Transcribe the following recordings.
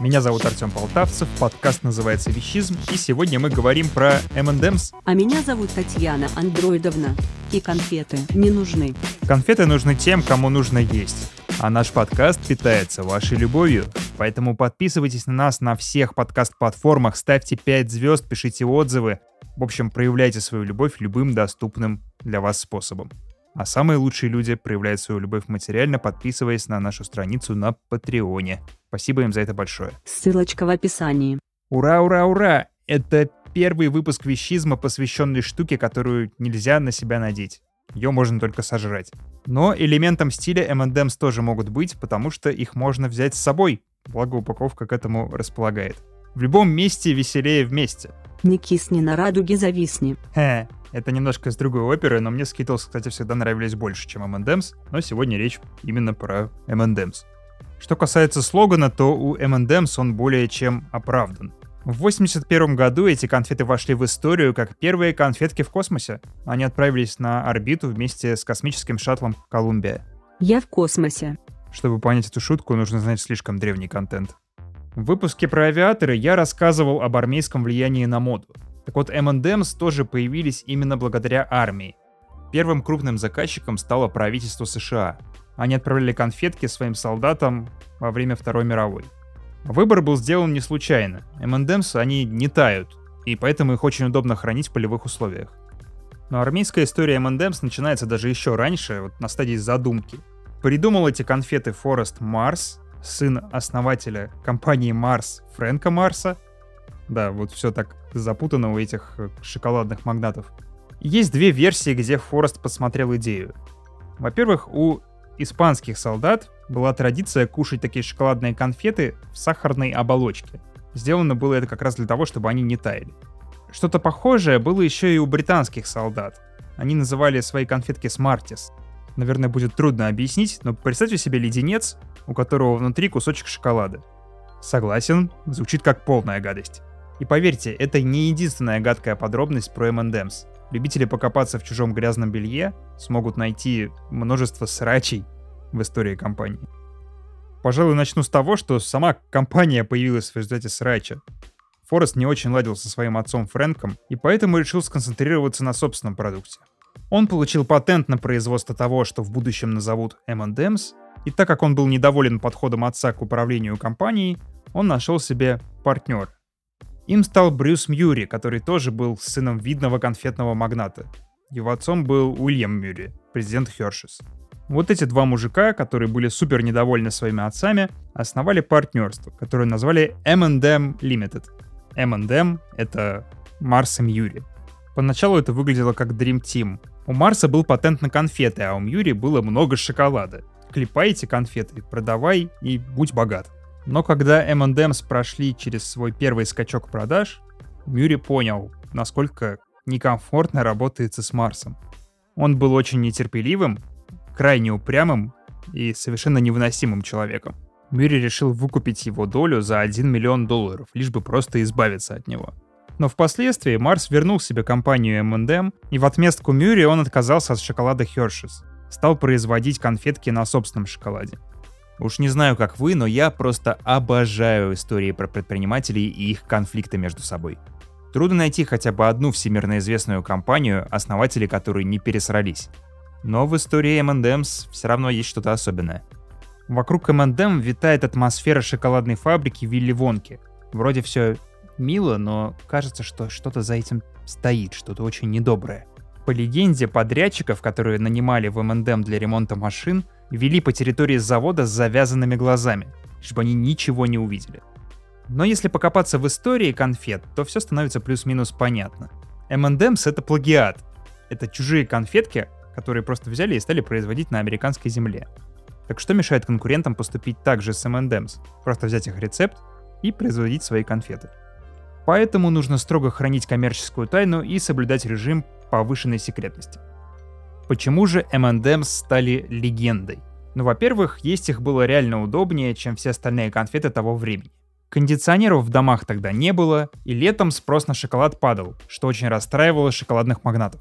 Меня зовут Артем Полтавцев, подкаст называется «Вещизм», и сегодня мы говорим про M&M's. А меня зовут Татьяна Андроидовна, и конфеты не нужны. Конфеты нужны тем, кому нужно есть, а наш подкаст питается вашей любовью. Поэтому подписывайтесь на нас на всех подкаст-платформах, ставьте 5 звезд, пишите отзывы. В общем, проявляйте свою любовь любым доступным для вас способом. А самые лучшие люди проявляют свою любовь материально, подписываясь на нашу страницу на Патреоне. Спасибо им за это большое. Ссылочка в описании. Ура, ура, ура! Это первый выпуск вещизма, посвященный штуке, которую нельзя на себя надеть. Ее можно только сожрать. Но элементом стиля M&M's тоже могут быть, потому что их можно взять с собой. Благо упаковка к этому располагает. В любом месте веселее вместе. Не кисни на радуге, зависни. Это немножко из другой оперы, но мне Skittles, кстати, всегда нравились больше, чем M&M's, но сегодня речь именно про M&M's. Что касается слогана, то у M&M's он более чем оправдан. В 1981 году эти конфеты вошли в историю как первые конфетки в космосе. Они отправились на орбиту вместе с космическим шаттлом «Колумбия». Я в космосе. Чтобы понять эту шутку, нужно знать слишком древний контент. В выпуске про авиаторы я рассказывал об армейском влиянии на моду. Так вот, M&M's тоже появились именно благодаря армии. Первым крупным заказчиком стало правительство США. Они отправляли конфетки своим солдатам во время Второй мировой. Выбор был сделан не случайно. M&M's, они не тают, и поэтому их очень удобно хранить в полевых условиях. Но армейская история M&M's начинается даже еще раньше, вот на стадии задумки. Придумал эти конфеты Форест Марс, сын основателя компании Марс Фрэнка Марса. Да, вот все так запутано у этих шоколадных магнатов. Есть две версии, где Форест подсмотрел идею. Во-первых, у испанских солдат была традиция кушать такие шоколадные конфеты в сахарной оболочке. Сделано было это как раз для того, чтобы они не таяли. Что-то похожее было еще и у британских солдат. Они называли свои конфетки Smarties. Наверное, будет трудно объяснить, но представьте себе леденец, у которого внутри кусочек шоколада. Согласен, звучит как полная гадость. И поверьте, это не единственная гадкая подробность про M&M's. Любители покопаться в чужом грязном белье смогут найти множество срачей в истории компании. Пожалуй, начну с того, что сама компания появилась в результате срача. Форест не очень ладил со своим отцом Фрэнком, и поэтому решил сконцентрироваться на собственном продукте. Он получил патент на производство того, что в будущем назовут M&M's, и так как он был недоволен подходом отца к управлению компанией, он нашел себе партнера. Им стал Брюс Мьюри, который тоже был сыном видного конфетного магната. Его отцом был Уильям Мьюри, президент Hershey's. Вот эти два мужика, которые были супер недовольны своими отцами, основали партнерство, которое назвали M&M Limited. M&M — это Марс и Мьюри. Поначалу это выглядело как Dream Team. У Марса был патент на конфеты, а у Мьюри было много шоколада. Клепай эти конфеты, продавай и будь богат. Но когда M&M's прошли через свой первый скачок продаж, Мьюри понял, насколько некомфортно работается с Марсом. Он был очень нетерпеливым, крайне упрямым и совершенно невыносимым человеком. Мьюри решил выкупить его долю за $1 миллион, лишь бы просто избавиться от него. Но впоследствии Марс вернул себе компанию M&M, и в отместку Мьюри он отказался от шоколада Hershey's. Стал производить конфетки на собственном шоколаде. Уж не знаю, как вы, но я просто обожаю истории про предпринимателей и их конфликты между собой. Трудно найти хотя бы одну всемирно известную компанию, основатели которой не пересрались. Но в истории M&M's все равно есть что-то особенное. Вокруг M&M витает атмосфера шоколадной фабрики Вилли Вонки. Вроде все мило, но кажется, что что-то за этим стоит, что-то очень недоброе. По легенде, подрядчиков, которые нанимали в M&M для ремонта машин, вели по территории завода с завязанными глазами, чтобы они ничего не увидели. Но если покопаться в истории конфет, то все становится плюс-минус понятно. M&M's — это плагиат. Это чужие конфетки, которые просто взяли и стали производить на американской земле. Так что мешает конкурентам поступить так же с M&M's? Просто взять их рецепт и производить свои конфеты. Поэтому нужно строго хранить коммерческую тайну и соблюдать режим повышенной секретности. Почему же M&M's стали легендой? Ну, во-первых, есть их было реально удобнее, чем все остальные конфеты того времени. Кондиционеров в домах тогда не было, и летом спрос на шоколад падал, что очень расстраивало шоколадных магнатов.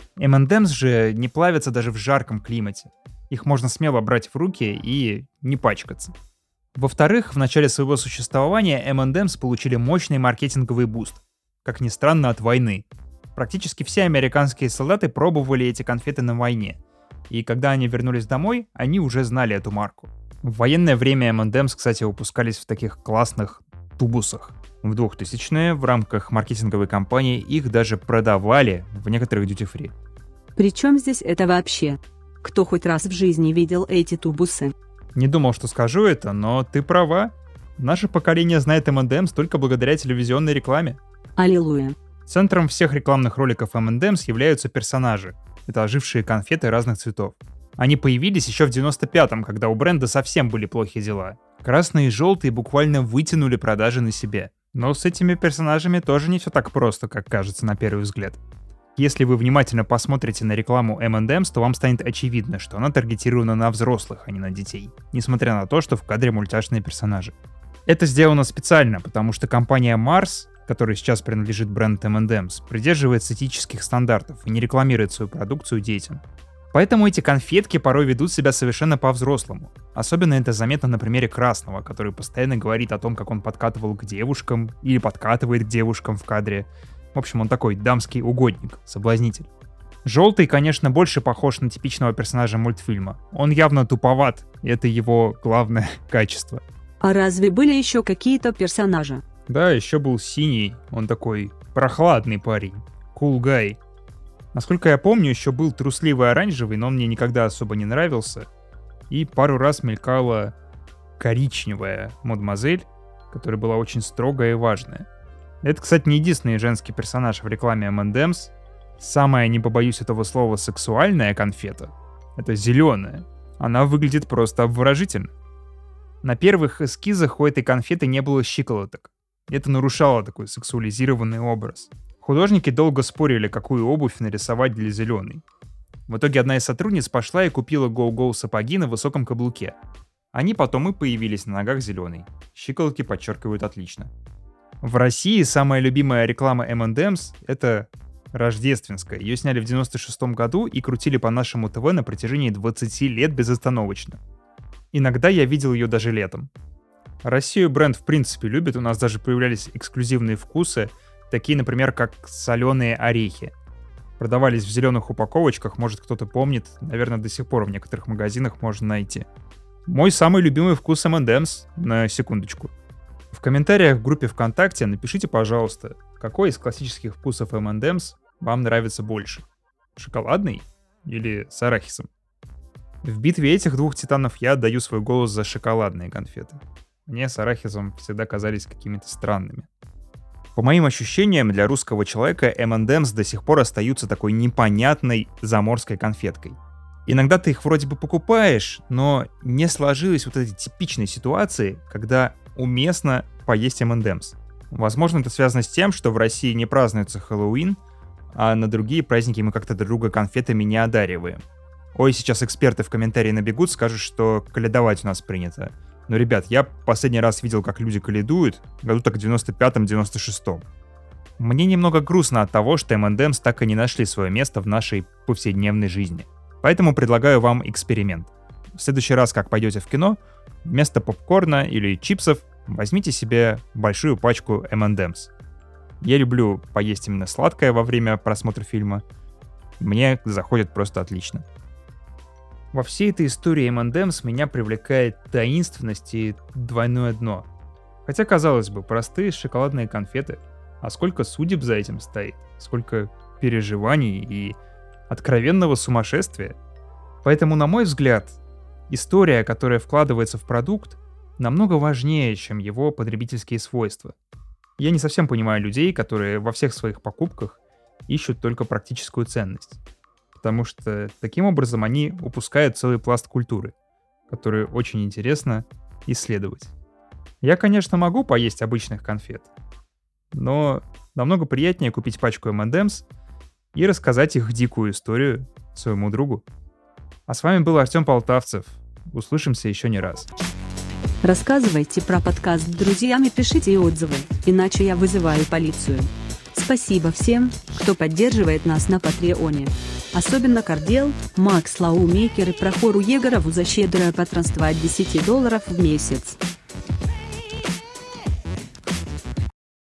M&M's же не плавятся даже в жарком климате. Их можно смело брать в руки и не пачкаться. Во-вторых, в начале своего существования M&M's получили мощный маркетинговый буст. Как ни странно, от войны. Практически все американские солдаты пробовали эти конфеты на войне. И когда они вернулись домой, они уже знали эту марку. В военное время M&M's, кстати, выпускались в таких классных тубусах. В 2000-е в рамках маркетинговой кампании их даже продавали в некоторых дьюти-фри. Причем здесь это вообще? Кто хоть раз в жизни видел эти тубусы? Не думал, что скажу это, но ты права. Наше поколение знает M&M's только благодаря телевизионной рекламе. Аллилуйя. Центром всех рекламных роликов M&M's являются персонажи. Это ожившие конфеты разных цветов. Они появились еще в 95-м, когда у бренда совсем были плохие дела. Красные и желтые буквально вытянули продажи на себе. Но с этими персонажами тоже не все так просто, как кажется на первый взгляд. Если вы внимательно посмотрите на рекламу M&M's, то вам станет очевидно, что она таргетирована на взрослых, а не на детей, несмотря на то, что в кадре мультяшные персонажи. Это сделано специально, потому что компания Mars, которой сейчас принадлежит бренд M&M's, придерживается этических стандартов и не рекламирует свою продукцию детям. Поэтому эти конфетки порой ведут себя совершенно по-взрослому. Особенно это заметно на примере красного, который постоянно говорит о том, как он подкатывал к девушкам или подкатывает к девушкам в кадре. В общем, он такой дамский угодник, соблазнитель. Желтый, конечно, больше похож на типичного персонажа мультфильма. Он явно туповат, и это его главное качество. А разве были еще какие-то персонажи? Да, еще был синий, он такой прохладный парень, cool guy. Насколько я помню, еще был трусливый оранжевый, но он мне никогда особо не нравился. И пару раз мелькала коричневая мадемуазель, которая была очень строгая и важная. Это, кстати, не единственный женский персонаж в рекламе M&M's. Самая, не побоюсь этого слова, сексуальная конфета — это зеленая. Она выглядит просто обворожительно. На первых эскизах у этой конфеты не было щиколоток. Это нарушало такой сексуализированный образ. Художники долго спорили, какую обувь нарисовать для зеленой. В итоге одна из сотрудниц пошла и купила Go-Go сапоги на высоком каблуке. Они потом и появились на ногах зеленой. Щиколотки подчеркивают отлично. В России самая любимая реклама M&M's — это рождественская. Ее сняли в 96-м году и крутили по нашему ТВ на протяжении 20 лет безостановочно. Иногда я видел ее даже летом. Россию бренд в принципе любит, у нас даже появлялись эксклюзивные вкусы, такие, например, как соленые орехи. Продавались в зеленых упаковочках, может кто-то помнит, наверное, до сих пор в некоторых магазинах можно найти. Мой самый любимый вкус M&M's, на секундочку. В комментариях в группе ВКонтакте напишите, пожалуйста, какой из классических вкусов M&M's вам нравится больше. Шоколадный или с арахисом? В битве этих двух титанов я отдаю свой голос за шоколадные конфеты. Мне с арахисом всегда казались какими-то странными. По моим ощущениям, для русского человека M&M's до сих пор остаются такой непонятной заморской конфеткой. Иногда ты их вроде бы покупаешь, но не сложились вот эти типичные ситуации, когда уместно поесть M&M's. Возможно, это связано с тем, что в России не празднуется Хэллоуин, а на другие праздники мы как-то друг друга конфетами не одариваем. Ой, сейчас эксперты в комментарии набегут, скажут, что калядовать у нас принято. Но, ребят, я последний раз видел, как люди калядуют, году так в 95-96. Мне немного грустно от того, что M&M's так и не нашли свое место в нашей повседневной жизни. Поэтому предлагаю вам эксперимент. В следующий раз, как пойдете в кино, вместо попкорна или чипсов возьмите себе большую пачку M&M's. Я люблю поесть именно сладкое во время просмотра фильма. Мне заходит просто отлично. Во всей этой истории M&M's меня привлекает таинственность и двойное дно. Хотя, казалось бы, простые шоколадные конфеты. А сколько судеб за этим стоит, сколько переживаний и откровенного сумасшествия. Поэтому, на мой взгляд, история, которая вкладывается в продукт, намного важнее, чем его потребительские свойства. Я не совсем понимаю людей, которые во всех своих покупках ищут только практическую ценность. Потому что таким образом они упускают целый пласт культуры, который очень интересно исследовать. Я, конечно, могу поесть обычных конфет, но намного приятнее купить пачку M&M's и рассказать их дикую историю своему другу. А с вами был Артем Полтавцев. Услышимся еще не раз. Рассказывайте про подкаст друзьям и пишите отзывы, иначе я вызываю полицию. Спасибо всем, кто поддерживает нас на Патреоне. Особенно Кардел, Макс Лаумейкер и Прохору Егорову за щедрое патронство от $10 в месяц.